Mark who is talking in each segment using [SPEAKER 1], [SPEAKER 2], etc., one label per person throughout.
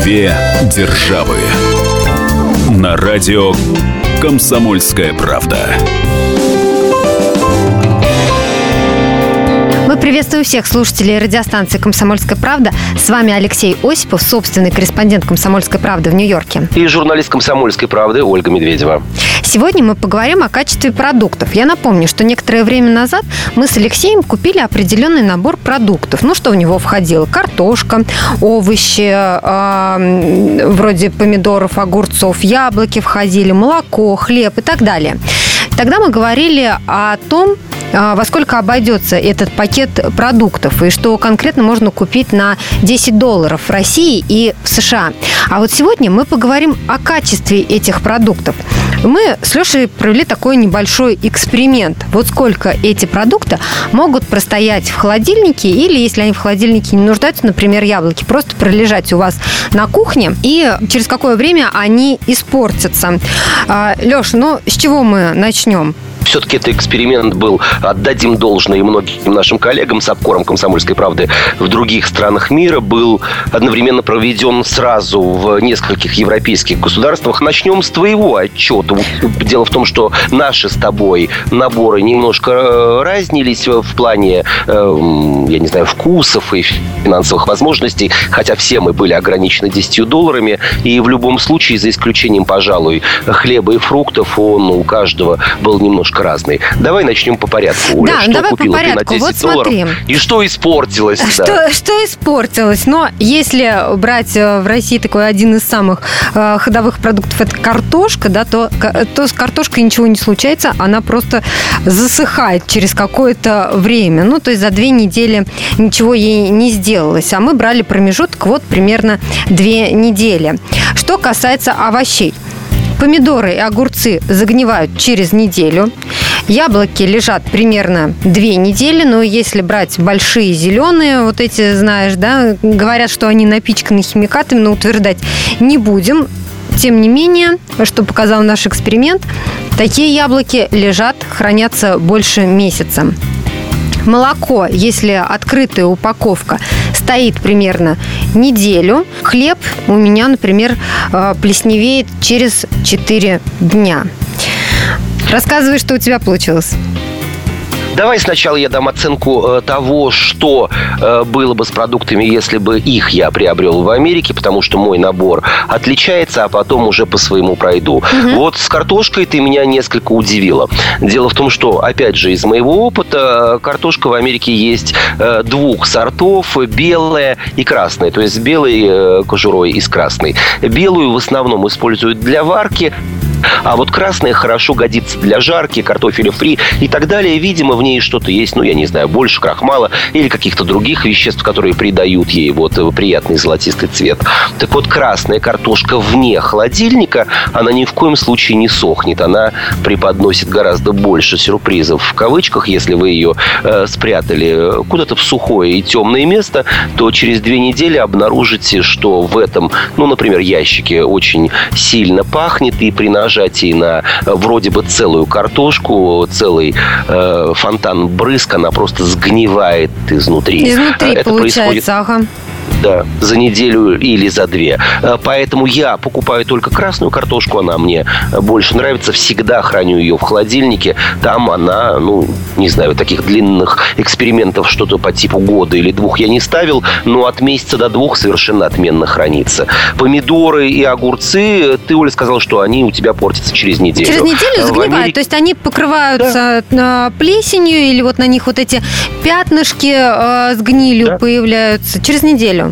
[SPEAKER 1] Две державы. На радио «Комсомольская правда».
[SPEAKER 2] Мы приветствуем всех слушателей радиостанции «Комсомольская правда». С вами Алексей Осипов, собственный корреспондент «Комсомольской правды» в Нью-Йорке.
[SPEAKER 3] И журналист «Комсомольской правды» Ольга Медведева.
[SPEAKER 2] Сегодня мы поговорим о качестве продуктов. Я напомню, что некоторое время назад мы с Алексеем купили определенный набор продуктов. Ну, что в него входило? Картошка, овощи, вроде помидоров, огурцов, яблоки входили, молоко, хлеб и так далее. Тогда мы говорили о том, во сколько обойдется этот пакет продуктов и что конкретно можно купить на $10 в России и в США. А вот сегодня мы поговорим о качестве этих продуктов. Мы с Лешей провели такой небольшой эксперимент. Вот сколько эти продукты могут простоять в холодильнике, или если они в холодильнике не нуждаются, например, яблоки, просто пролежать у вас на кухне, и через какое время они испортятся. Леш, ну с чего мы начнем?
[SPEAKER 3] Все-таки этот эксперимент был, отдадим должное и многим нашим коллегам с обкором «Комсомольской правды» в других странах мира, был одновременно проведен сразу в нескольких европейских государствах. Начнем с твоего отчета. Дело в том, что наши с тобой наборы немножко разнились в плане, я не знаю, вкусов и финансовых возможностей, хотя все мы были ограничены $10. И в любом случае, за исключением, пожалуй, хлеба и фруктов, он у каждого был немножко разный. Давай начнем по порядку, Оля.
[SPEAKER 2] Да,
[SPEAKER 3] что
[SPEAKER 2] давай
[SPEAKER 3] купила
[SPEAKER 2] по порядку.
[SPEAKER 3] ты на $10?
[SPEAKER 2] Вот смотри.
[SPEAKER 3] И что испортилось?
[SPEAKER 2] Что испортилось? Но если брать в России такой один из самых ходовых продуктов, это картошка, да, то с картошкой ничего не случается, она просто засыхает через какое-то время. Ну, то есть за 2 недели ничего ей не сделалось. А мы брали промежуток вот примерно 2 недели. Что касается овощей. Помидоры и огурцы загнивают через неделю. Яблоки лежат примерно 2 недели. Но если брать большие зеленые, вот эти, знаешь, да, говорят, что они напичканы химикатами, но утверждать не будем. Тем не менее, что показал наш эксперимент, такие яблоки лежат, хранятся больше месяца. Молоко, если открытая упаковка, стоит примерно неделю. Хлеб у меня, например, плесневеет через 4 дня. Рассказывай, что у тебя получилось.
[SPEAKER 3] Давай сначала я дам оценку того, что было бы с продуктами, если бы их я приобрел в Америке, потому что мой набор отличается, а потом уже по своему пройду. Вот с картошкой ты меня несколько удивила. Дело в том, что, опять же, из моего опыта, картошка в Америке есть 2 сортов, белая и красная, то есть с белой кожурой и с красной. Белую в основном используют для варки, а вот красная хорошо годится для жарки, картофеля фри и так далее. Видимо, в ней что-то есть, ну, я не знаю, больше крахмала или каких-то других веществ, которые придают ей вот приятный золотистый цвет. Так вот, красная картошка вне холодильника, она ни в коем случае не сохнет. Она преподносит гораздо больше сюрпризов, в кавычках. Если вы ее спрятали куда-то в сухое и темное место, то через 2 недели обнаружите, что в этом, ну, например, ящике очень сильно пахнет, и при нажатии на вроде бы целую картошку, целый фонтан брызг, она просто сгнивает изнутри.
[SPEAKER 2] Это получается, ага.
[SPEAKER 3] Да, за неделю или за 2. Поэтому я покупаю только красную картошку, она мне больше нравится. Всегда храню ее в холодильнике. Там она, ну, не знаю, таких длинных экспериментов что-то по типу года или 2 я не ставил, но от месяца до 2 совершенно отменно хранится. Помидоры и огурцы, ты, Оля, сказала, что они у тебя портятся через неделю.
[SPEAKER 2] Через неделю загнивают, то есть они покрываются плесенью, или вот на них вот эти пятнышки с гнилью появляются через неделю.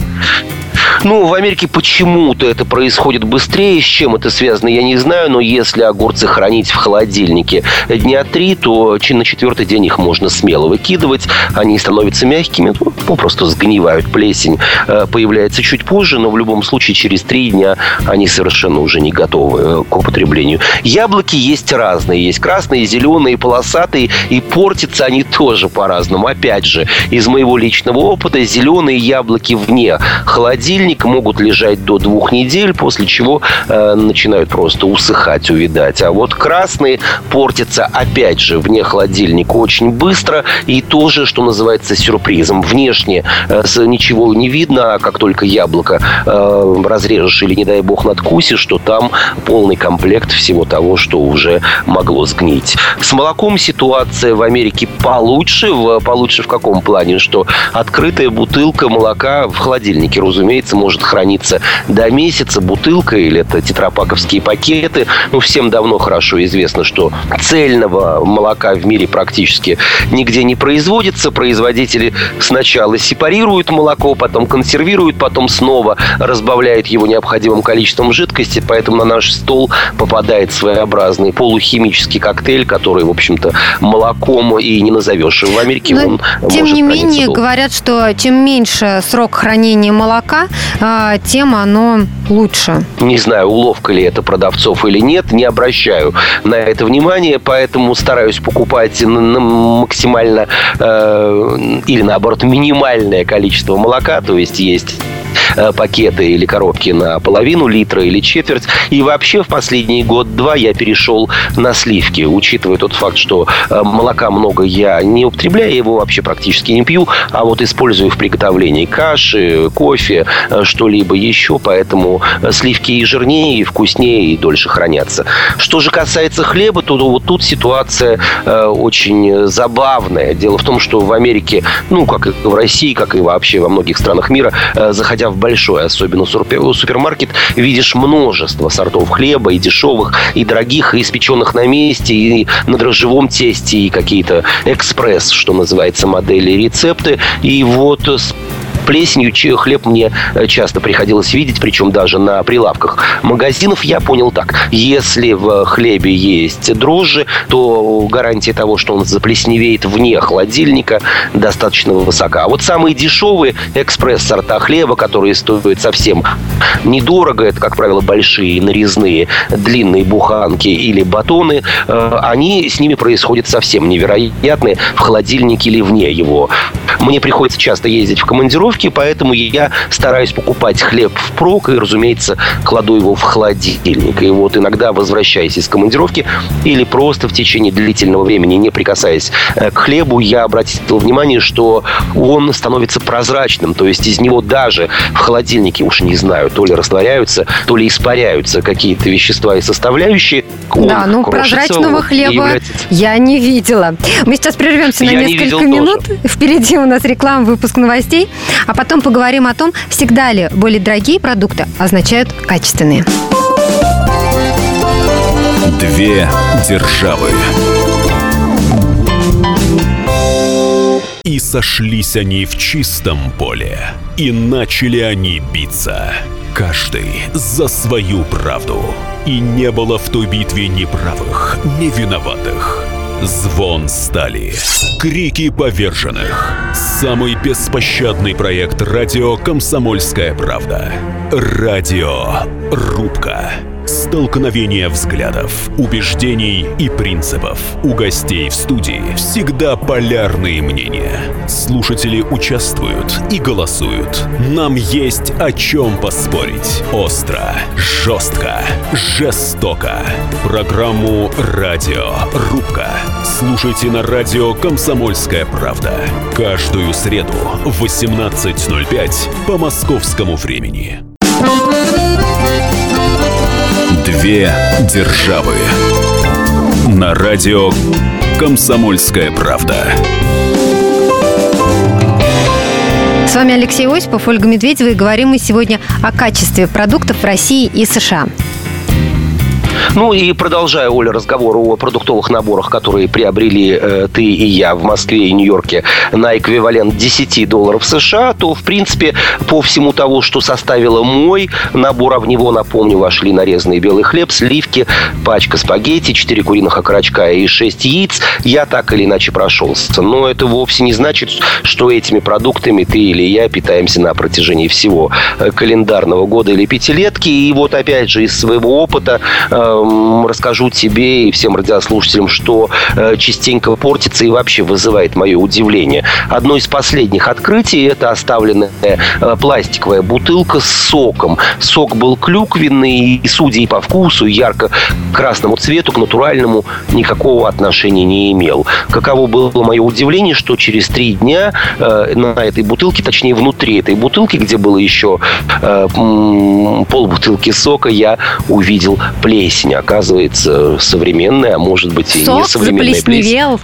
[SPEAKER 3] Ну, в Америке почему-то это происходит быстрее. С чем это связано, я не знаю. Но если огурцы хранить в холодильнике дня 3, то на 4-й день их можно смело выкидывать. Они становятся мягкими, ну, просто сгнивают. Плесень появляется чуть позже, но в любом случае через 3 дня они совершенно уже не готовы к употреблению. Яблоки есть разные. Есть красные, зеленые, полосатые. И портятся они тоже по-разному. Опять же, из моего личного опыта, зеленые яблоки вне холодильника холодильник, могут лежать до 2 недель, после чего начинают просто усыхать, увядать. А вот красные портятся, опять же, вне холодильника очень быстро и тоже, что называется, сюрпризом. Внешне ничего не видно, а как только яблоко разрежешь или, не дай бог, надкусишь, что там полный комплект всего того, что уже могло сгнить. С молоком ситуация в Америке получше. Получше в каком плане? Что открытая бутылка молока в холодильнике, разумеется, может храниться до месяца. Бутылка или это тетрапаковские пакеты. Всем давно хорошо известно, что цельного молока в мире практически нигде не производится. Производители сначала сепарируют молоко, потом консервируют, потом снова разбавляют его необходимым количеством жидкости. Поэтому на наш стол попадает своеобразный полухимический коктейль, который, в общем-то, молоком и не назовешь. В Америке он
[SPEAKER 2] тем
[SPEAKER 3] может
[SPEAKER 2] не менее,
[SPEAKER 3] долго.
[SPEAKER 2] говорят, что чем меньше срок хранения молока, тем оно лучше.
[SPEAKER 3] Не знаю, уловка ли это продавцов или нет, не обращаю на это внимания, поэтому стараюсь покупать максимально или, наоборот, минимальное количество молока, то есть пакеты или коробки на половину литра или четверть. И вообще в последний год-два я перешел на сливки. Учитывая тот факт, что молока много я не употребляю, его вообще практически не пью, а вот использую в приготовлении каши, кофе, что-либо еще. Поэтому сливки и жирнее, и вкуснее, и дольше хранятся. Что же касается хлеба, то вот тут ситуация очень забавная. Дело в том, что в Америке, как и в России, как и вообще во многих странах мира, заходя в большой, особенно супермаркет, видишь множество сортов хлеба, и дешевых, и дорогих, и испеченных на месте, и на дрожжевом тесте, и какие-то экспресс, что называется, модели, рецепты. И вот с плесенью хлеб мне часто приходилось видеть, причем даже на прилавках магазинов. Я понял так: если в хлебе есть дрожжи, то гарантия того, что он заплесневеет вне холодильника, достаточно высока. А вот самые дешевые экспресс-сорта хлеба, которые стоят совсем недорого, это, как правило, большие нарезные длинные буханки или батоны, они с ними происходят совсем невероятные в холодильнике или вне его. Мне приходится часто ездить в командировки, поэтому я стараюсь покупать хлеб впрок и, разумеется, кладу его в холодильник. И вот иногда, возвращаясь из командировки или просто в течение длительного времени не прикасаясь к хлебу, я обратил внимание, что он становится прозрачным. То есть из него даже в холодильнике, уж не знаю, то ли растворяются, то ли испаряются какие-то вещества и составляющие.
[SPEAKER 2] Да, прозрачного хлеба я не видела. Мы сейчас прервемся на несколько минут. Впереди у нас реклама, выпуск новостей. А потом поговорим о том, всегда ли более дорогие продукты означают качественные.
[SPEAKER 1] Две державы. И сошлись они в чистом поле, и начали они биться, каждый за свою правду. И не было в той битве ни правых, ни виноватых. Звон стали, крики поверженных. Самый беспощадный проект радио «Комсомольская правда». Радиорубка. Столкновение взглядов, убеждений и принципов. У гостей в студии всегда полярные мнения. Слушатели участвуют и голосуют. Нам есть о чем поспорить. Остро, жестко, жестоко. Программу «Радиорубка» слушайте на радио «Комсомольская правда». Каждую среду в 18:05 по московскому времени. Две державы. На радио «Комсомольская правда».
[SPEAKER 2] С вами Алексей Осипов, Ольга Медведева, и говорим мы сегодня о качестве продуктов в России и США.
[SPEAKER 3] И продолжая, Оля, разговор о продуктовых наборах, которые приобрели ты и я в Москве и Нью-Йорке на эквивалент $10 США, то, в принципе, по всему того, что составило мой набор, а в него, напомню, вошли нарезанный белый хлеб, сливки, пачка спагетти, 4 куриных окорочка и 6 яиц, я так или иначе прошелся. Но это вовсе не значит, что этими продуктами ты или я питаемся на протяжении всего календарного года или пятилетки. И вот, опять же, из своего опыта расскажу тебе и всем радиослушателям, что частенько портится и вообще вызывает мое удивление. Одно из последних открытий – это оставленная пластиковая бутылка с соком. Сок был клюквенный, и, судя и по вкусу, и ярко-красному цвету, к натуральному никакого отношения не имел. Каково было мое удивление, что через 3 дня на этой бутылке, точнее, внутри этой бутылки, где было еще полбутылки сока, я увидел плесень. Оказывается, современная, а может быть и не современная плесень.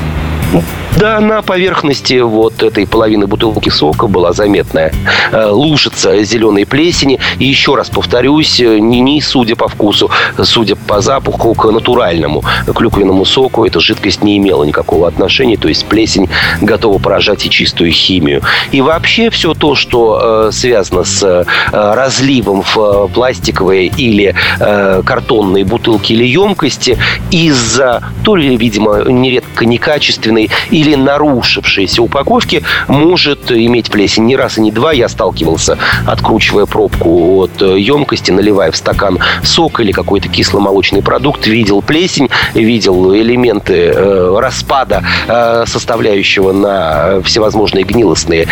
[SPEAKER 3] Да, на поверхности вот этой половины бутылки сока была заметная лужица зеленой плесени. И еще раз повторюсь, не судя по вкусу, судя по запаху, к натуральному клюквенному соку эта жидкость не имела никакого отношения. То есть плесень готова поражать и чистую химию. И вообще все то, что связано с разливом в пластиковые или картонные бутылки или емкости, из-за то ли, видимо, нередко некачественной или нарушившейся упаковки, может иметь плесень. Не раз и не два я сталкивался, откручивая пробку от емкости, наливая в стакан сок или какой-то кисломолочный продукт, видел плесень, видел элементы распада, составляющего на всевозможные гнилостные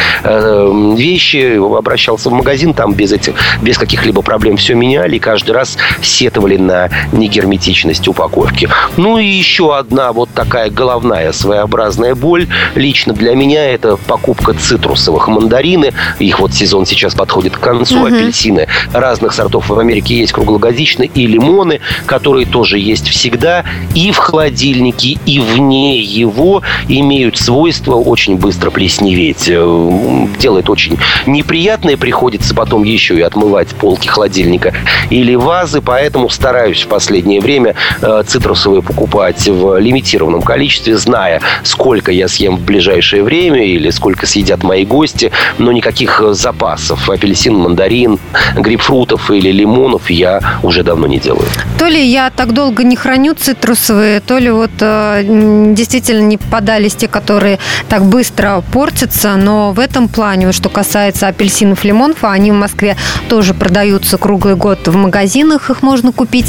[SPEAKER 3] вещи. Обращался в магазин, там без каких-либо проблем все меняли, и каждый раз сетовали на негерметичность упаковки. Ну и еще одна вот такая головная своеобразная боль лично для меня — это покупка цитрусовых. Мандарины, их вот сезон сейчас подходит к концу, апельсины разных сортов в Америке есть круглогодично, и лимоны, которые тоже есть всегда, и в холодильнике, и вне его, имеют свойство очень быстро плесневеть. Делает очень неприятное, приходится потом еще и отмывать полки холодильника или вазы, поэтому стараюсь в последнее время цитрусовые покупать в лимитированном количестве, зная, сколько я съем в ближайшее время или сколько съедят мои гости, но никаких запасов апельсин, мандарин, грейпфрутов или лимонов я уже давно не делаю.
[SPEAKER 2] То ли я так долго не храню цитрусовые, то ли вот действительно не попадались те, которые так быстро портятся, но в этом плане, что касается апельсинов, лимонов, они в Москве тоже продаются круглый год в магазинах, их можно купить,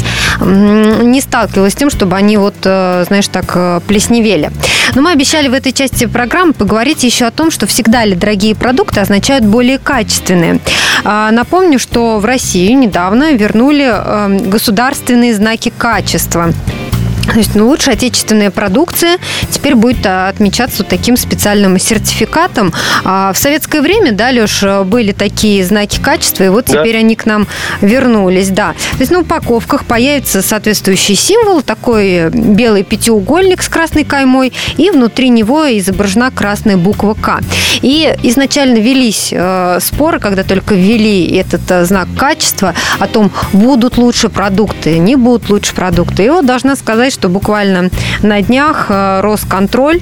[SPEAKER 2] не сталкивалась с тем, чтобы они вот, знаешь, так плесневели. Но мы обещали в этой части программы поговорить еще о том, что всегда ли дорогие продукты означают более качественные. Напомню, что в Россию недавно вернули государственные знаки качества. То есть, лучшая отечественная продукция теперь будет отмечаться вот таким специальным сертификатом. В советское время, да, Леш, были такие знаки качества, и вот теперь они к нам вернулись, да. То есть на упаковках появится соответствующий символ, такой белый пятиугольник с красной каймой, и внутри него изображена красная буква «К». И изначально велись споры, когда только ввели этот знак качества, о том, будут лучше продукты, не будут лучше продукты. И вот должна сказать, что буквально на днях Росконтроль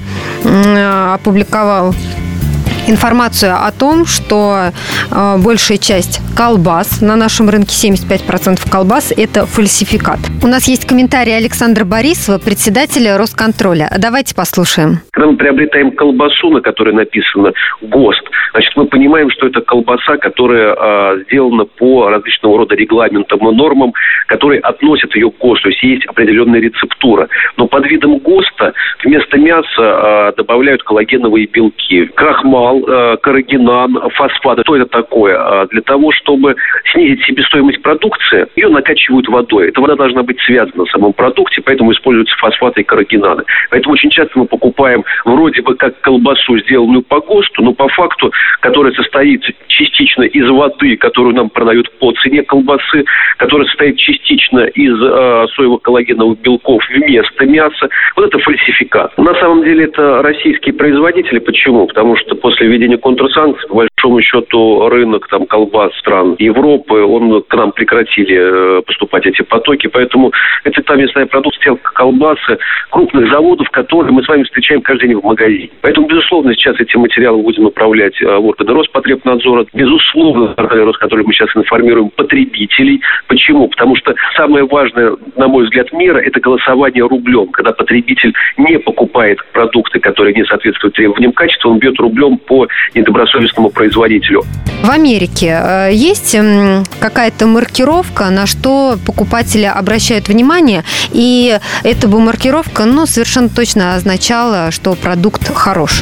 [SPEAKER 2] опубликовал информацию о том, что большая часть колбас на нашем рынке, 75% колбас, это фальсификат. У нас есть комментарий Александра Борисова, председателя Росконтроля. Давайте послушаем.
[SPEAKER 4] Когда мы приобретаем колбасу, на которой написано ГОСТ, значит, мы понимаем, что это колбаса, которая сделана по различного рода регламентам и нормам, которые относят ее к ГОСТу. То есть есть определенная рецептура. Но под видом ГОСТа вместо мяса добавляют коллагеновые белки. Крахмал, каррагинан, фосфаты. Что это такое? Для того, чтобы снизить себестоимость продукции, ее накачивают водой. Эта вода должна быть связана в самом продукте, поэтому используются фосфаты и каррагинаны. Поэтому очень часто мы покупаем вроде бы как колбасу, сделанную по ГОСТу, но по факту, которая состоит частично из воды, которую нам продают по цене колбасы, которая состоит частично из соевых коллагеновых белков вместо мяса. Вот это фальсификат. На самом деле это российские производители. Почему? Потому что после введения контрсанкций, по большому счету, рынок там колбас стран Европы, к нам прекратили поступать эти потоки, поэтому это та мясная продукция, колбасы крупных заводов, которые мы с вами встречаем каждый день в магазине. Поэтому, безусловно, сейчас эти материалы будем направлять в органы Роспотребнадзора. Безусловно, Росконтроль мы сейчас информируем потребителей. Почему? Потому что самое важное, на мой взгляд, мера – это голосование рублем. Когда потребитель не покупает продукты, которые не соответствуют требованиям качества, он бьет рублем по по недобросовестному производителю.
[SPEAKER 2] В Америке есть какая-то маркировка, на что покупатели обращают внимание, и эта бы маркировка, совершенно точно означала, что продукт хорош?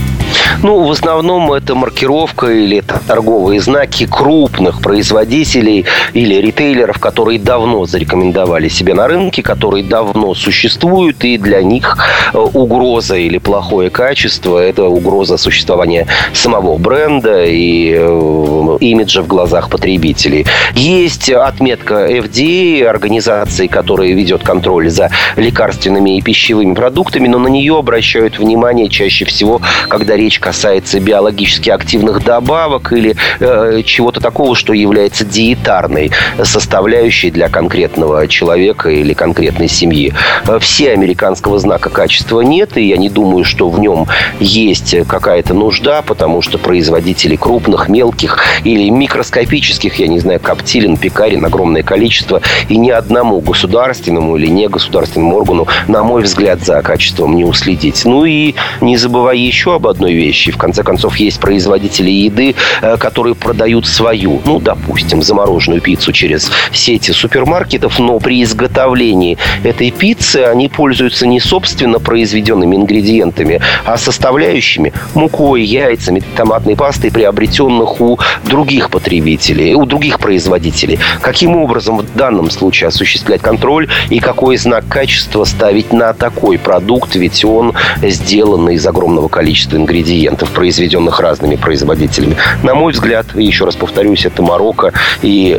[SPEAKER 3] В основном это маркировка или торговые знаки крупных производителей или ритейлеров, которые давно зарекомендовали себя на рынке, которые давно существуют, и для них угроза или плохое качество – это угроза существования самого бренда и имиджа в глазах потребителей. Есть отметка FDA, организации, которая ведет контроль за лекарственными и пищевыми продуктами, но на нее обращают внимание чаще всего, когда речь касается биологически активных добавок или чего-то такого, что является диетарной составляющей для конкретного человека или конкретной семьи. Все американского знака качества нет, и я не думаю, что в нем есть какая-то нужда, потому что производителей крупных, мелких или микроскопических, я не знаю, коптилин, пекарен огромное количество, и ни одному государственному или негосударственному органу, на мой взгляд, за качеством не уследить. И не забывай еще об одной вещи. В конце концов, есть производители еды, которые продают свою, допустим, замороженную пиццу через сети супермаркетов, но при изготовлении этой пиццы они пользуются не собственно произведенными ингредиентами, а составляющими мукой, яйцами, томатной пастой, приобретенных у других потребителей, у других производителей. Каким образом в данном случае осуществлять контроль и какой знак качества ставить на такой продукт, ведь он сделан из огромного количества ингредиентов, произведенных разными производителями. На мой взгляд, еще раз повторюсь, это морока и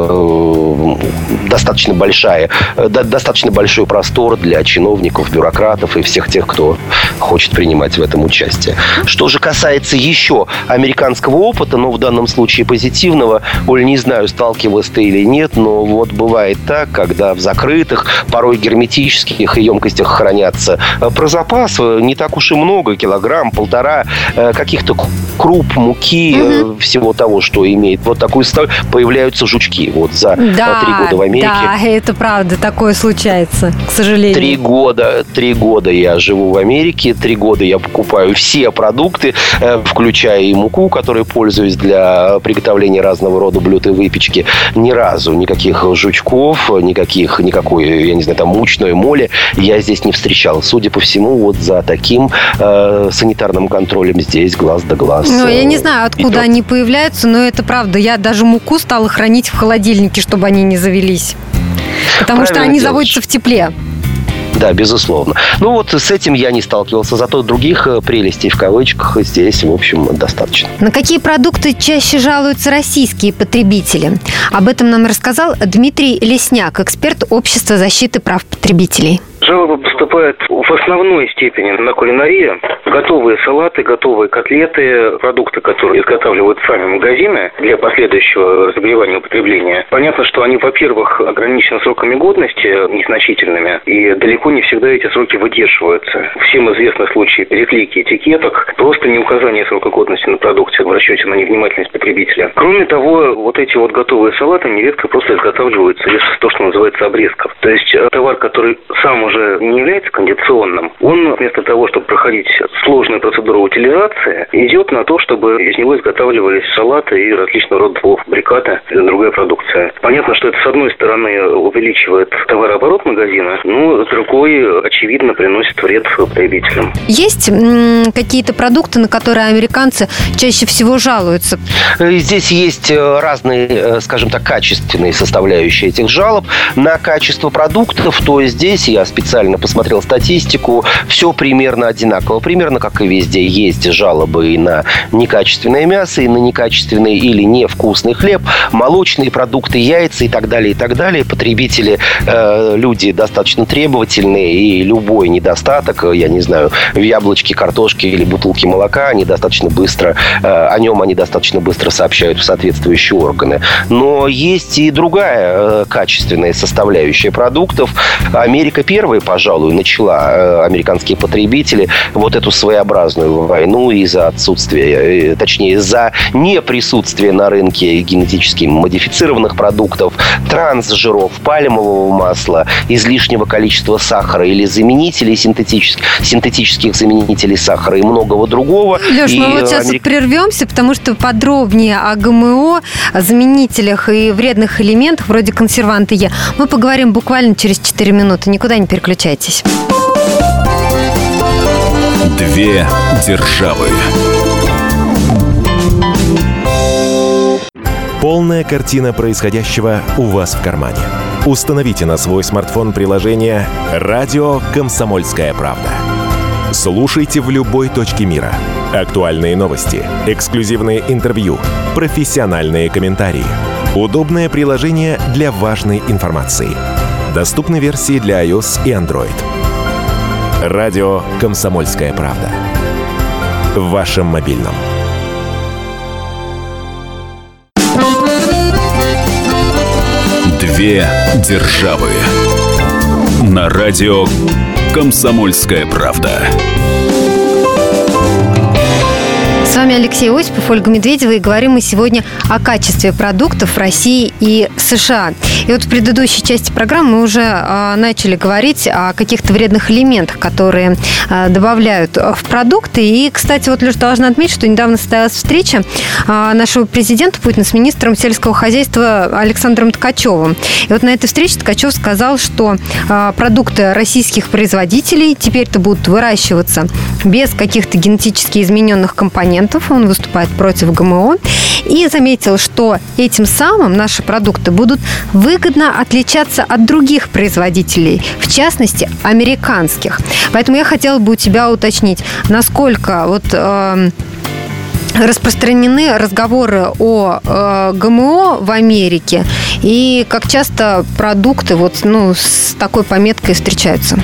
[SPEAKER 3] достаточно большой простор для чиновников, бюрократов и всех тех, кто хочет принимать в этом участие. Что же касается еще американского опыта, в данном случае позитивного, Оль, не знаю, сталкивалась ты или нет, но бывает так, когда в закрытых, порой герметических емкостях хранятся про запас не так уж и много, килограмм, полтора каких-то круп, муки, всего того, что имеет вот такую составляющую, появляются жучки. За 3 года в Америке.
[SPEAKER 2] Да, это правда, такое случается, к сожалению.
[SPEAKER 3] 3 года я живу в Америке, 3 года я покупаю все продукты, включая и муку, которой пользуюсь для приготовления разного рода блюд и выпечки. Ни разу никаких жучков, никакой, я не знаю, мучной моли я здесь не встречал. Судя по всему, за таким санитарным контролем здесь глаз да глаз.
[SPEAKER 2] Я не знаю, откуда они появляются, но это правда. Я даже муку стала хранить в холодильнике, чтобы они не завелись. Потому что они заводятся в тепле.
[SPEAKER 3] Да, безусловно. С этим я не сталкивался. Зато других прелестей, в кавычках, здесь, в общем, достаточно.
[SPEAKER 2] На какие продукты чаще жалуются российские потребители? Об этом нам рассказал Дмитрий Лесняк, эксперт Общества защиты прав потребителей.
[SPEAKER 5] Жалобы поступают в основной степени на кулинарию. Готовые салаты, готовые котлеты, продукты, которые изготавливают сами магазины для последующего разогревания и употребления. Понятно, что они, во-первых, ограничены сроками годности незначительными, и далеко не всегда эти сроки выдерживаются. Всем известны случаи переклейки этикеток, просто не указание срока годности на продукте в расчете на невнимательность потребителя. Кроме того, эти готовые салаты нередко просто изготавливаются из то, что называется обрезков. То есть товар, который сам уже не является кондиционным, он вместо того, чтобы проходить сложную процедуру утилизации, идет на то, чтобы из него изготавливались салаты и различного рода полуфабрикаты и другая продукция. Понятно, что это, с одной стороны, увеличивает товарооборот магазина, но с другой, очевидно, приносит вред потребителям.
[SPEAKER 2] Есть какие-то продукты, на которые американцы чаще всего жалуются?
[SPEAKER 3] Здесь есть разные, скажем так, качественные составляющие этих жалоб. На качество продуктов, то здесь я специально посмотрел статистику, все примерно одинаково. Примерно, как и везде, есть жалобы и на некачественное мясо, и на некачественный или невкусный хлеб, молочные продукты, яйца и так далее, и так далее. Потребители, люди достаточно требовательные, и любой недостаток, я не знаю, в яблочке, картошке или бутылке молока, о нем они достаточно быстро сообщают в соответствующие органы. Но есть и другая качественная составляющая продуктов. Америка первая, пожалуй, целую начала американские потребители вот эту своеобразную войну из-за отсутствия, точнее, из-за неприсутствия на рынке генетически модифицированных продуктов, трансжиров, пальмового масла, излишнего количества сахара или заменителей, синтетических заменителей сахара и многого другого.
[SPEAKER 2] Леш, мы вот сейчас прервемся, потому что подробнее о ГМО, о заменителях и вредных элементах, вроде консерванта Е, мы поговорим буквально через 4 минуты. Никуда не переключайтесь.
[SPEAKER 1] Две державы.
[SPEAKER 6] Полная картина происходящего у вас в кармане. Установите на свой смартфон приложение «Радио Комсомольская правда». Слушайте в любой точке мира. Актуальные новости, эксклюзивные интервью, профессиональные комментарии. Удобное приложение для важной информации. Доступны версии для iOS и Android. «Радио Комсомольская правда». В вашем мобильном.
[SPEAKER 1] Две державы. На радио «Комсомольская правда».
[SPEAKER 2] С вами Алексей Осипов, Ольга Медведева, и говорим мы сегодня о качестве продуктов России и США. И вот в предыдущей части программы мы уже начали говорить о каких-то вредных элементах, которые добавляют в продукты. И, кстати, вот, Леш, должна отметить, что недавно состоялась встреча нашего президента Путина с министром сельского хозяйства Александром Ткачевым. И вот на этой встрече Ткачев сказал, что продукты российских производителей теперь-то будут выращиваться без каких-то генетически измененных компонентов. Он выступает против ГМО и заметил, что этим самым наши продукты будут выгодно отличаться от других производителей, в частности, американских. Поэтому я хотела бы у тебя уточнить, насколько распространены разговоры о ГМО в Америке и как часто продукты с такой пометкой встречаются?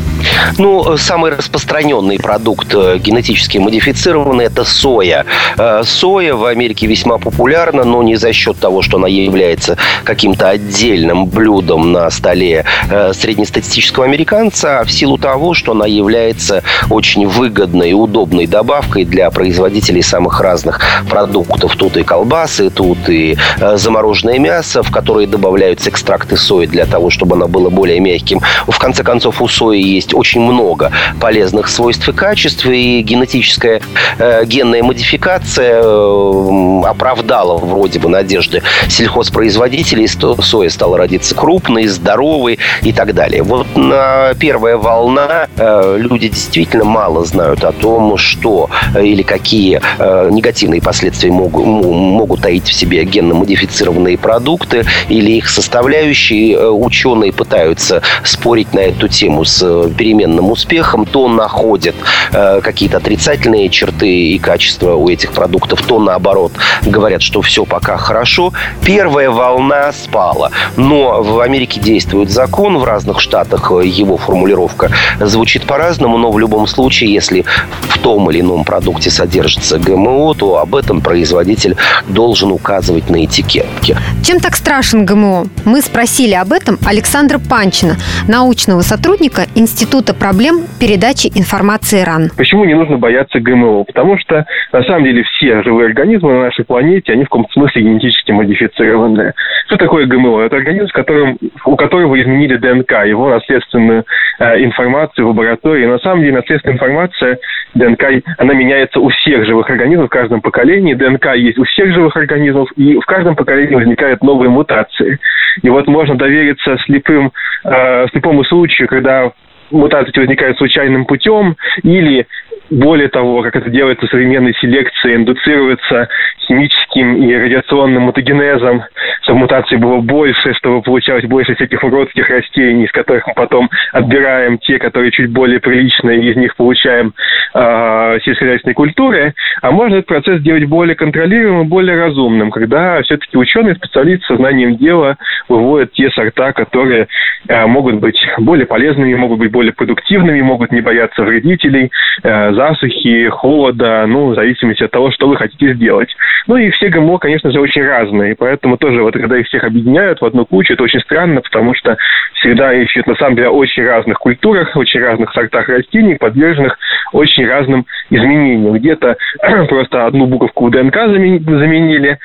[SPEAKER 3] Самый распространенный продукт генетически модифицированный – это соя. Соя в Америке весьма популярна, но не за счет того, что она является каким-то отдельным блюдом на столе среднестатистического американца, а в силу того, что она является очень выгодной и удобной добавкой для производителей самых разных продуктов. Тут и колбасы, тут и замороженное мясо, в которые добавляются экстракты сои для того, чтобы оно было более мягким. В конце концов, у сои есть очень много полезных свойств и качеств, и генетическая генная модификация оправдала вроде бы надежды сельхозпроизводителей. Соя стала родиться крупной, здоровой и так далее. Вот на первая волна люди действительно мало знают о том, что или какие негативные последствия могут таить в себе генно-модифицированные продукты или их составляющие. Ученые пытаются спорить на эту тему с переменным успехом. То находят какие-то отрицательные черты и качества у этих продуктов, то наоборот говорят, что все пока хорошо. Первая волна спала. Но в Америке действует закон, в разных штатах его формулировка звучит по-разному, но в любом случае, если в том или ином продукте содержится ГМО, то об этом производитель должен указывать на этикетке.
[SPEAKER 2] Чем так страшен ГМО? Мы спросили об этом Александра Панчина, научного сотрудника Института проблем передачи информации РАН.
[SPEAKER 7] Почему не нужно бояться ГМО? Потому что, на самом деле, все живые организмы на нашей планете, они в каком-то смысле генетически модифицированные. Что такое ГМО? Это организм, у которого изменили ДНК, его наследственную информацию в лаборатории. На самом деле, наследственная информация ДНК, она меняется у всех живых организмов в каждом поколении. ДНК есть у всех живых организмов, и в каждом поколении возникают новые мутации. И вот можно довериться слепому случаю, когда мутации возникают случайным путем, или, более того, как это делается в современной селекции, индуцируется химическим и радиационным мутагенезом, чтобы мутаций было больше, чтобы получалось больше всяких уродских растений, из которых мы потом отбираем те, которые чуть более приличные, и из них получаем сельскохозяйственные культуры. А можно этот процесс сделать более контролируемым, более разумным, когда все-таки ученые, специалисты со знанием дела выводят те сорта, которые могут быть более полезными, могут быть более продуктивными, могут не бояться вредителей, засухи, холода, в зависимости от того, что вы хотите сделать. И все ГМО, конечно же, очень разные, поэтому тоже вот когда их всех объединяют в одну кучу, это очень странно, потому что всегда речь идет на самом деле о очень разных культурах, очень разных сортах растений, подверженных очень разным изменениям. Где-то просто одну буковку в ДНК заменили,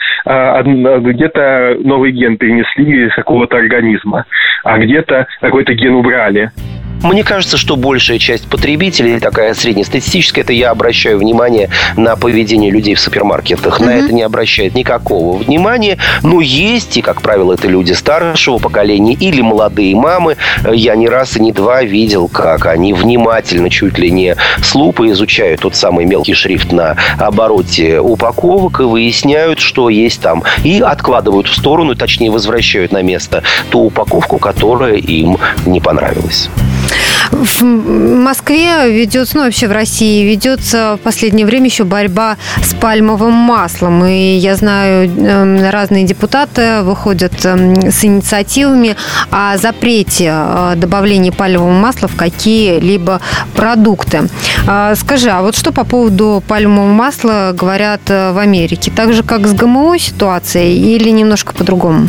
[SPEAKER 7] где-то новый ген перенесли из какого-то организма, а где-то какой-то ген убрали.
[SPEAKER 3] Мне кажется, что большая часть потребителей, такая среднестатистическая, это я обращаю внимание на поведение людей в супермаркетах. На это не обращает никакого внимания. Но есть, и, как правило, это люди старшего поколения или молодые мамы. Я не раз и не два видел, как они внимательно, чуть ли не с лупой изучают тот самый мелкий шрифт на обороте упаковок и выясняют, что есть там. И откладывают в сторону, точнее, возвращают на место ту упаковку, которая им не понравилась.
[SPEAKER 2] В Москве ведется, вообще в России ведется в последнее время еще борьба с пальмовым маслом. И я знаю, разные депутаты выходят с инициативами о запрете добавления пальмового масла в какие-либо продукты. Скажи, а вот что по поводу пальмового масла говорят в Америке? Так же, как с ГМО ситуацией или немножко по-другому?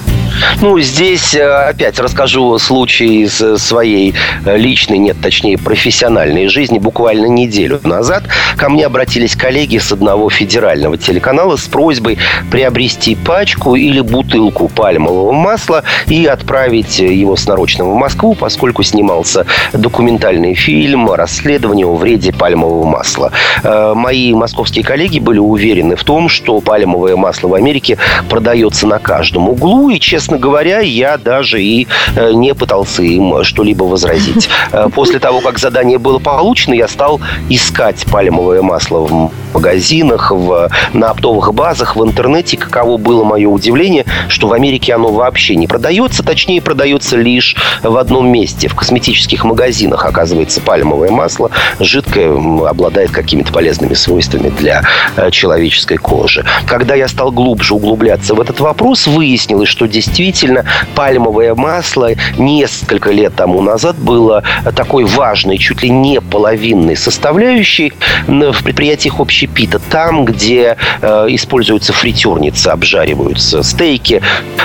[SPEAKER 3] Здесь опять расскажу случай из своей личной, точнее, профессиональной жизни. Буквально неделю назад ко мне обратились коллеги с одного федерального телеканала с просьбой приобрести пачку или бутылку пальмового масла и отправить его снарочно в Москву, поскольку снимался документальный фильм «Расследование о вреде пальмового масла». Мои московские коллеги были уверены в том, что пальмовое масло в Америке продается на каждом углу, и, честно говоря, я даже и не пытался им что-либо возразить. После того, как задание было получено, я стал искать пальмовое масло в магазинах, на оптовых базах, в интернете. Каково было мое удивление, что в Америке оно вообще не продается. Точнее, продается лишь в одном месте. В косметических магазинах, оказывается, пальмовое масло жидкое, обладает какими-то полезными свойствами для человеческой кожи. Когда я стал глубже углубляться в этот вопрос, выяснилось, что действительно пальмовое масло несколько лет тому назад было такой важной, чуть ли не половинной составляющей в предприятиях общепита. Там, где используются фритюрницы, обжариваются стейки,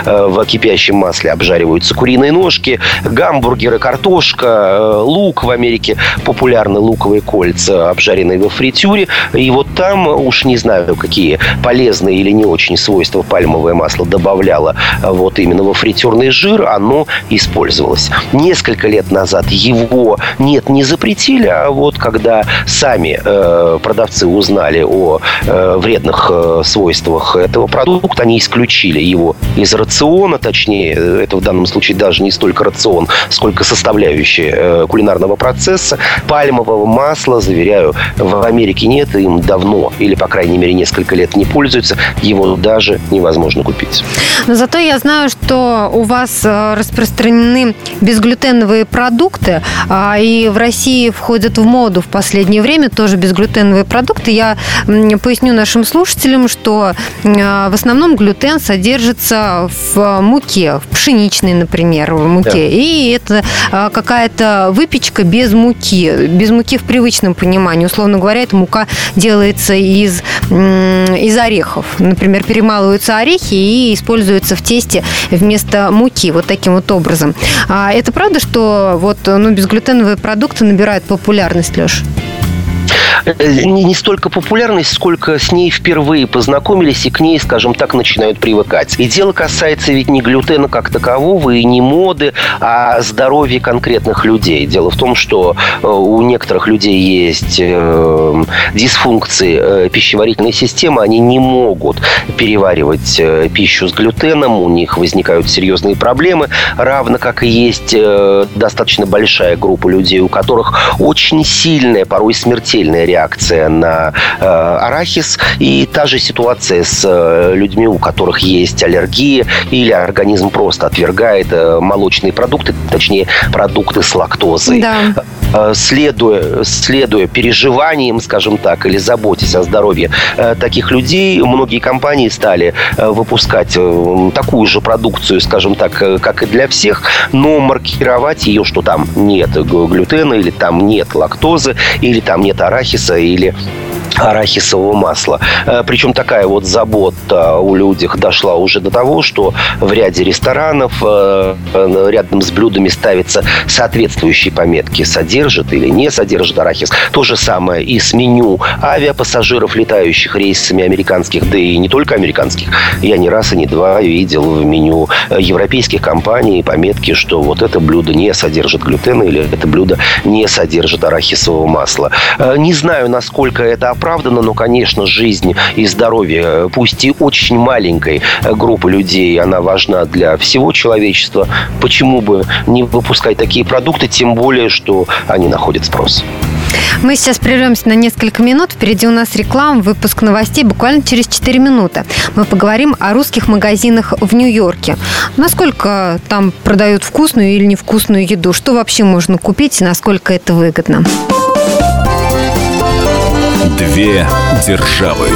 [SPEAKER 3] в кипящем масле обжариваются куриные ножки, гамбургеры, картошка, лук в Америке, популярны луковые кольца, обжаренные во фритюре. И вот там, уж не знаю, какие полезные или не очень свойства пальмовое масло добавляло вот именно во фритюрный жир, оно использовалось. Несколько лет назад его не запретили, а вот когда сами продавцы узнали о вредных свойствах этого продукта, они исключили его из рациона, точнее, это в данном случае даже не столько рацион, сколько составляющая кулинарного процесса. Пальмового масла, заверяю, в Америке нет, им давно, или, по крайней мере, несколько лет не пользуются, его даже невозможно купить.
[SPEAKER 2] Но зато я знаю, что у вас распространены безглютеновые продукты, и в России входят в моду в последнее время тоже безглютеновые продукты. Я поясню нашим слушателям, что в основном глютен содержится в муке, в пшеничной, например, в муке. Да. И это какая-то выпечка без муки в привычном понимании. Условно говоря, эта мука делается из орехов. Например, перемалываются орехи и используются в тесте вместо муки, вот таким вот образом. Это правда, что безглютеновые продукты набирают популярность, Леш?
[SPEAKER 3] Не столько популярность, сколько с ней впервые познакомились и к ней, скажем так, начинают привыкать. И дело касается ведь не глютена как такового и не моды, а здоровья конкретных людей. Дело в том, что у некоторых людей есть дисфункции пищеварительной системы, они не могут переваривать пищу с глютеном, у них возникают серьезные проблемы, равно как и есть достаточно большая группа людей, у которых очень сильная, порой смертельная реакция на арахис. И та же ситуация с людьми, у которых есть аллергия или организм просто отвергает молочные продукты, точнее, продукты с лактозой. Да. Следуя переживаниям, скажем так, или заботясь о здоровье таких людей, многие компании стали выпускать такую же продукцию, скажем так, как и для всех, но маркировать ее, что там нет глютена, или там нет лактозы, или там нет арахиса, или арахисового масла. Причем такая вот забота у людях дошла уже до того, что в ряде ресторанов рядом с блюдами ставятся соответствующие пометки: содержит или не содержит арахис. То же самое и с меню авиапассажиров, летающих рейсами американских, да и не только американских. Я не раз и не два видел в меню европейских компаний пометки, что вот это блюдо не содержит глютена или это блюдо не содержит арахисового масла. Не знаю, насколько это оправдано, но, конечно, жизнь и здоровье, пусть и очень маленькой группы людей, она важна для всего человечества. Почему бы не выпускать такие продукты, тем более, что они находят спрос.
[SPEAKER 2] Мы сейчас прервемся на несколько минут. Впереди у нас реклама, выпуск новостей буквально через 4 минуты. Мы поговорим о русских магазинах в Нью-Йорке. Насколько там продают вкусную или невкусную еду? Что вообще можно купить и насколько это выгодно?
[SPEAKER 1] Две державы.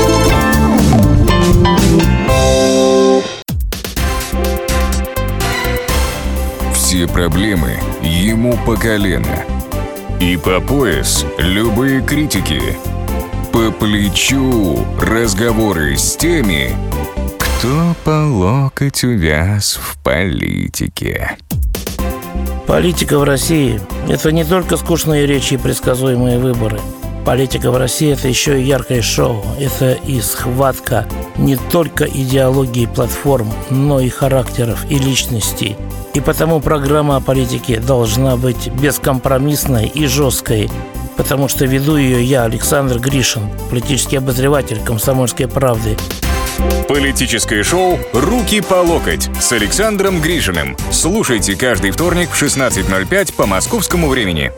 [SPEAKER 8] Все проблемы ему по колено. И по пояс любые критики. По плечу разговоры с теми, кто по локоть увяз в политике.
[SPEAKER 9] Политика в России – это не только скучные речи и предсказуемые выборы. Политика в России – это еще и яркое шоу. Это и схватка не только идеологии платформ, но и характеров и личностей. И потому программа о политике должна быть бескомпромиссной и жесткой, потому что веду ее я, Александр Гришин, политический обозреватель «Комсомольской правды».
[SPEAKER 8] Политическое шоу «Руки по локоть» с Александром Гришиным. Слушайте каждый вторник в 16:05 по московскому времени.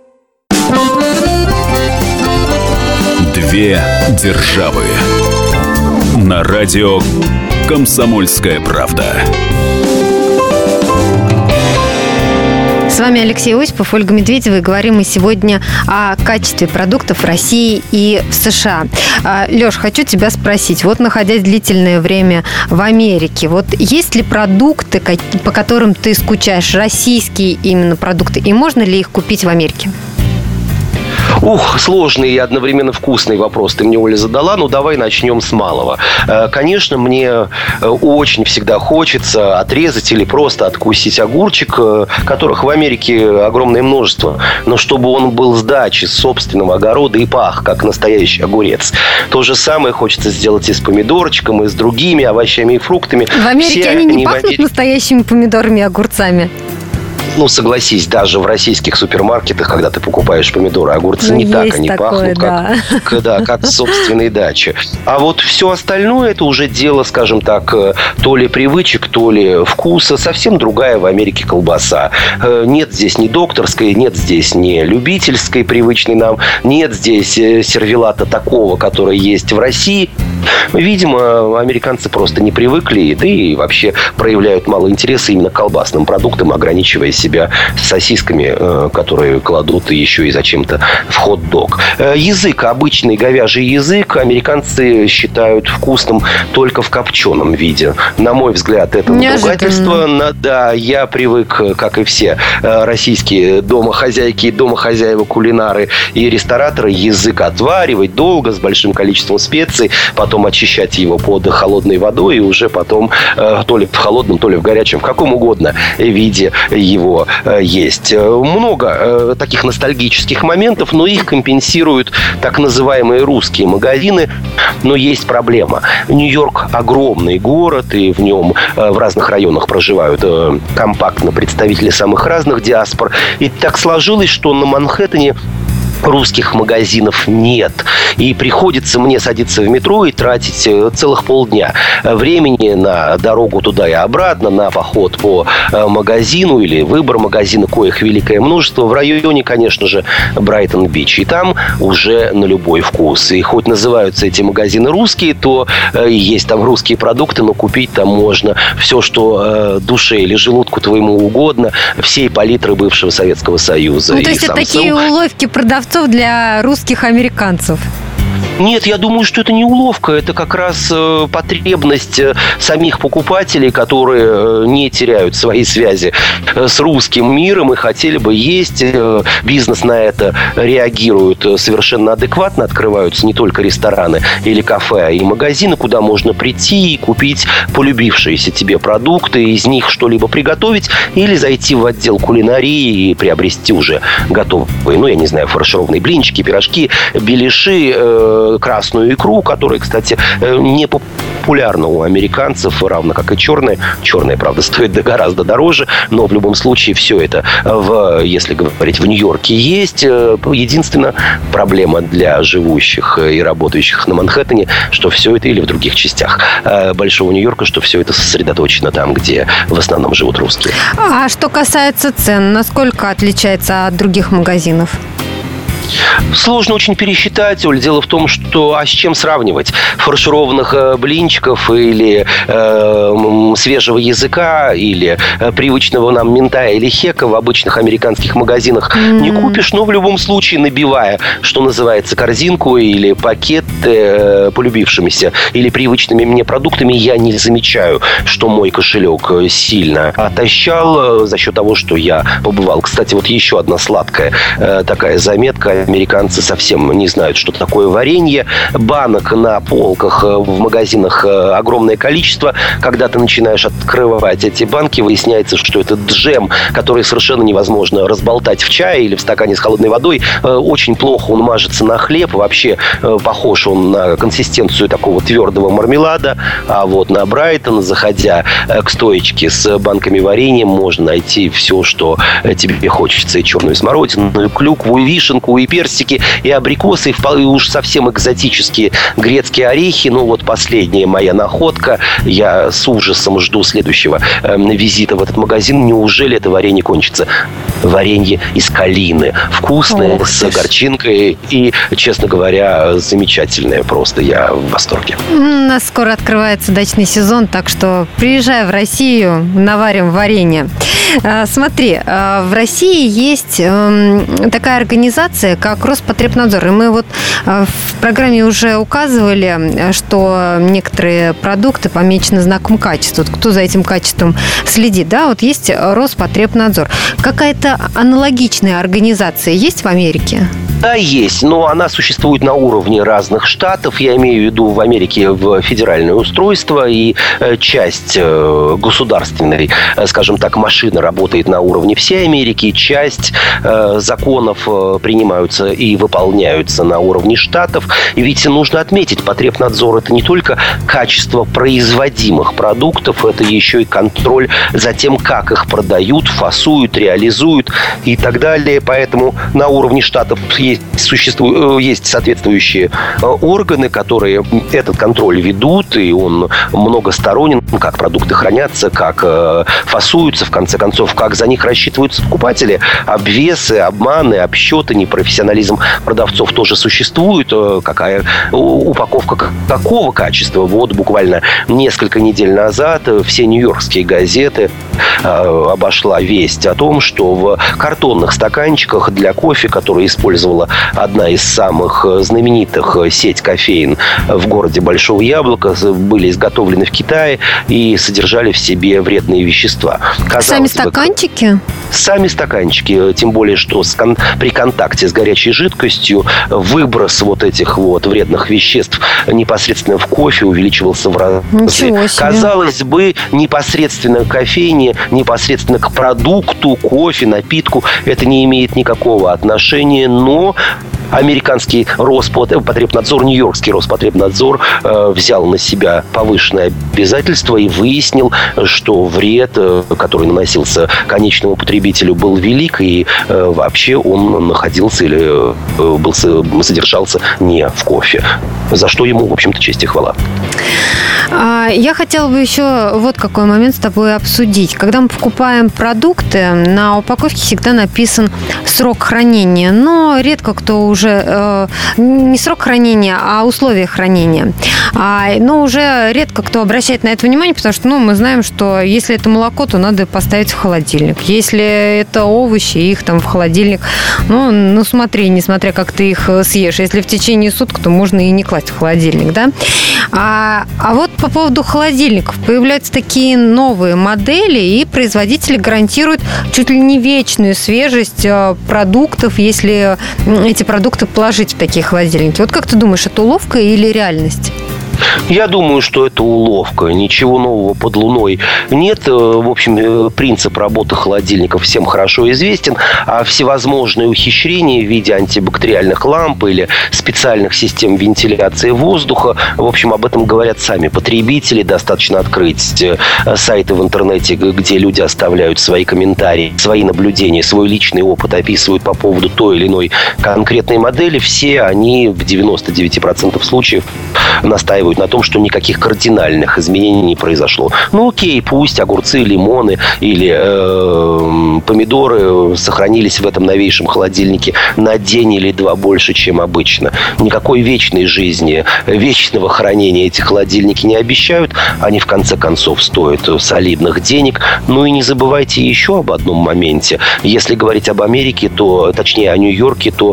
[SPEAKER 1] Две державы. На радио «Комсомольская правда».
[SPEAKER 2] С вами Алексей Осипов, Ольга Медведева, и говорим мы сегодня о качестве продуктов в России и в США. Леш, хочу тебя спросить, вот находясь длительное время в Америке, вот есть ли продукты, по которым ты скучаешь, российские именно продукты, и можно ли их купить в Америке?
[SPEAKER 3] Сложный и одновременно вкусный вопрос ты мне, Оля, задала. Ну, давай начнем с малого. Конечно, мне очень всегда хочется отрезать или просто откусить огурчик, которых в Америке огромное множество. Но чтобы он был с дачи, с собственного огорода и пах, как настоящий огурец. То же самое хочется сделать и с помидорчиком, и с другими овощами и фруктами.
[SPEAKER 2] В Америке они не пахнут настоящими помидорами и огурцами?
[SPEAKER 3] Ну, согласись, даже в российских супермаркетах, когда ты покупаешь помидоры, огурцы, не так они пахнут, как в собственной даче. А вот все остальное, это уже дело, скажем так, то ли привычек, то ли вкуса. Совсем другая в Америке колбаса. Нет здесь ни докторской, нет здесь ни любительской, привычной нам. Нет здесь сервелата такого, который есть в России. Видимо, американцы просто не привыкли, да и вообще проявляют мало интереса именно к колбасным продуктам, ограничивая себя сосисками, которые кладут еще и зачем-то в хот-дог. Язык, обычный говяжий язык, американцы считают вкусным только в копченом виде. На мой взгляд, это надругательство. Да, я привык, как и все российские домохозяйки, домохозяева, кулинары и рестораторы, язык отваривать долго, с большим количеством специй, потом очищать его под холодной водой и уже потом то ли в холодном, то ли в горячем, в каком угодно виде его есть. Много таких ностальгических моментов, но их компенсируют так называемые русские магазины. Но есть проблема. Нью-Йорк огромный город, и в нем в разных районах проживают компактно представители самых разных диаспор. И так сложилось, что на Манхэттене русских магазинов нет. И приходится мне садиться в метро и тратить целых полдня времени на дорогу туда и обратно, на поход по магазину или выбор магазина, коих великое множество. В районе, конечно же, Брайтон-Бич. И там уже на любой вкус. И хоть называются эти магазины русские, то есть там русские продукты, но купить там можно все, что душе или желудку твоему угодно, всей палитры бывшего Советского Союза.
[SPEAKER 2] Ну, то есть это такие уловки продавцов для русских американцев?
[SPEAKER 3] Нет, я думаю, что это не уловка. Это как раз потребность самих покупателей, которые не теряют свои связи с русским миром и хотели бы есть. Бизнес на это реагирует совершенно адекватно. Открываются не только рестораны или кафе, а и магазины, куда можно прийти и купить полюбившиеся тебе продукты, из них что-либо приготовить или зайти в отдел кулинарии и приобрести уже готовые, я не знаю, фаршированные блинчики, пирожки, беляши, красную икру, которая, кстати, не популярна у американцев, равно как и черная. Черная, правда, стоит гораздо дороже, но в любом случае все это, если говорить, в Нью-Йорке есть. Единственная проблема для живущих и работающих на Манхэттене, что все это, или в других частях Большого Нью-Йорка, что все это сосредоточено там, где в основном живут русские.
[SPEAKER 2] А что касается цен, насколько отличается от других магазинов?
[SPEAKER 3] Сложно очень пересчитать, Оль. Дело в том, что с чем сравнивать? Фаршированных блинчиков или свежего языка, или привычного нам минтая или хека в обычных американских магазинах не купишь, но в любом случае, набивая, что называется, корзинку или пакет полюбившимися или привычными мне продуктами, я не замечаю, что мой кошелек сильно отощал за счет того, что я побывал. Кстати, вот еще одна сладкая такая заметка. Американцы совсем не знают, что такое варенье. Банок на полках в магазинах огромное количество. Когда ты начинаешь открывать эти банки, выясняется, что это джем, который совершенно невозможно разболтать в чае или в стакане с холодной водой. Очень плохо он мажется на хлеб. Вообще похож он на консистенцию такого твердого мармелада. А вот на Брайтон, заходя к стоечке с банками варенья, можно найти все, что тебе хочется. И черную смородину, и клюкву, и вишенку, и персики, и абрикосы, и уж совсем экзотические грецкие орехи. Последняя моя находка. Я с ужасом жду следующего визита в этот магазин. Неужели это варенье кончится? Варенье из калины. Вкусное, с горчинкой и, честно говоря, замечательное. Просто я в восторге.
[SPEAKER 2] У нас скоро открывается дачный сезон, так что приезжай в Россию, наварим варенье. Смотри, в России есть такая организация, как Роспотребнадзор. И мы в программе уже указывали, что некоторые продукты помечены знаком качества. Кто за этим качеством следит? Да, есть Роспотребнадзор. Какая-то аналогичная организация есть в Америке?
[SPEAKER 3] Да, есть, но она существует на уровне разных штатов. Я имею в виду в Америке в федеральное устройство, и часть государственной, скажем так, машины работает на уровне всей Америки, часть законов принимаются и выполняются на уровне штатов. И ведь нужно отметить, Потребнадзор – это не только качество производимых продуктов, это еще и контроль за тем, как их продают, фасуют, реализуют и так далее. Поэтому на уровне штатов есть соответствующие органы, которые этот контроль ведут, и он многосторонен, как продукты хранятся, как фасуются, в конце концов, как за них рассчитываются покупатели. Обвесы, обманы, обсчеты, непрофессионализм продавцов тоже существует. Какая упаковка какого качества? Буквально несколько недель назад все нью-йоркские газеты обошла весть о том, что в картонных стаканчиках для кофе, которые использовала одна из самых знаменитых сеть кофеин в городе Большого Яблока, были изготовлены в Китае и содержали в себе вредные вещества.
[SPEAKER 2] Сами стаканчики?
[SPEAKER 3] Сами стаканчики. Тем более, что при контакте с горячей жидкостью выброс этих вредных веществ непосредственно в кофе увеличивался в разы. Казалось бы, непосредственно к кофейне, непосредственно к продукту, кофе, напитку это не имеет никакого отношения, но американский Роспотребнадзор, нью-йоркский Роспотребнадзор взял на себя повышенное обязательство и выяснил, что вред, который наносился конечному потребителю, был велик, и вообще он находился или содержался не в кофе. За что ему, в общем-то, честь и хвала.
[SPEAKER 2] Я хотела бы еще какой момент с тобой обсудить. Когда мы покупаем продукты, на упаковке всегда написан срок хранения, но редко кто уже не срок хранения, а условия хранения. Но уже редко кто обращает на это внимание, потому что мы знаем, что если это молоко, то надо поставить в холодильник. Если это овощи, их там в холодильник. Смотри, несмотря как ты их съешь. Если в течение суток, то можно и не класть в холодильник, да? А вот по поводу холодильников. Появляются такие новые модели, и производители гарантируют чуть ли не вечную свежесть продуктов, если эти продукты положить в такие холодильники. Вот как ты думаешь, это уловка или реальность?
[SPEAKER 3] Я думаю, что это уловка. Ничего нового под луной нет. В общем, принцип работы холодильников всем хорошо известен. А всевозможные ухищрения в виде антибактериальных ламп или специальных систем вентиляции воздуха, в общем, об этом говорят сами потребители. Достаточно открыть сайты в интернете, где люди оставляют свои комментарии, свои наблюдения, свой личный опыт описывают по поводу той или иной конкретной модели. Все они в 99% случаев настаивают на том, что никаких кардинальных изменений не произошло. Окей, пусть огурцы, лимоны или помидоры сохранились в этом новейшем холодильнике на день или два больше, чем обычно. Никакой вечной жизни, вечного хранения эти холодильники не обещают. Они, в конце концов, стоят солидных денег. И не забывайте еще об одном моменте. Если говорить об Америке, точнее о Нью-Йорке, то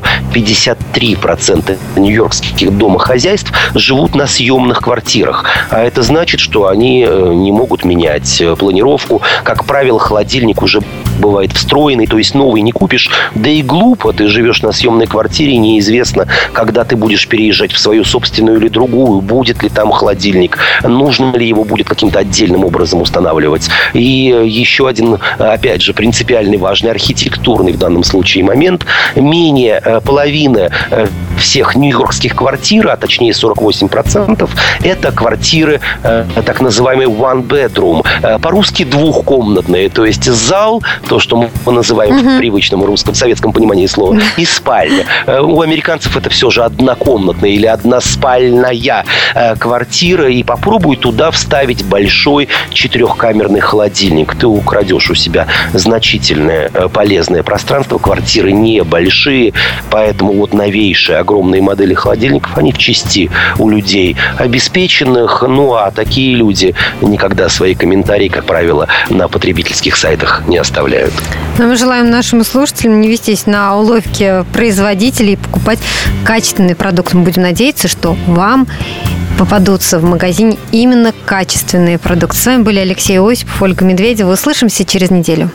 [SPEAKER 3] 53% нью-йоркских домохозяйств живут на съемных квартирах. А это значит, что они не могут менять планировку. Как правило, холодильник уже бывает встроенный, то есть новый не купишь. Да и глупо, ты живешь на съемной квартире, неизвестно, когда ты будешь переезжать в свою собственную или другую, будет ли там холодильник, нужно ли его будет каким-то отдельным образом устанавливать. И еще один, опять же, принципиальный, важный, архитектурный в данном случае момент. Менее половины всех нью-йоркских квартир, а точнее 48%, это квартиры так называемые one bedroom. По-русски двухкомнатные, то есть зал, то, что мы называем в привычном русском, советском понимании слова, и спальня. У американцев это все же однокомнатная или односпальная квартира, и попробуй туда вставить большой 4-камерный холодильник. Ты украдешь у себя значительное полезное пространство. Квартиры небольшие, поэтому новейшие огромные модели холодильников, они в части у людей обеспеченных. А такие люди никогда свои комментарии, как правило, на потребительских сайтах не оставляют.
[SPEAKER 2] Мы желаем нашим слушателям не вестись на уловки производителей и покупать качественный продукт. Мы будем надеяться, что вам попадутся в магазине именно качественные продукты. С вами были Алексей Осипов, Ольга Медведева. Услышимся через неделю.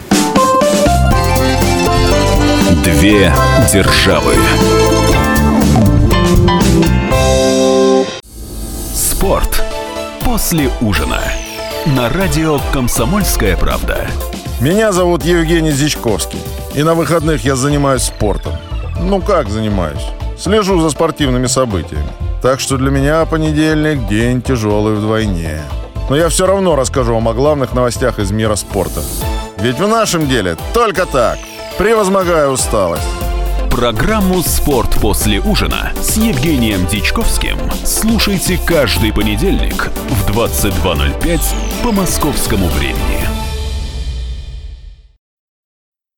[SPEAKER 1] Две державы. Спорт после ужина. На радио «Комсомольская правда».
[SPEAKER 10] Меня зовут Евгений Зичковский. И на выходных я занимаюсь спортом. Как занимаюсь? Слежу за спортивными событиями. Так что для меня понедельник – день тяжелый вдвойне. Но я все равно расскажу вам о главных новостях из мира спорта. Ведь в нашем деле только так, превозмогая усталость.
[SPEAKER 1] Программу «Спорт после ужина» с Евгением Дичковским слушайте каждый понедельник в 22:05 по московскому времени.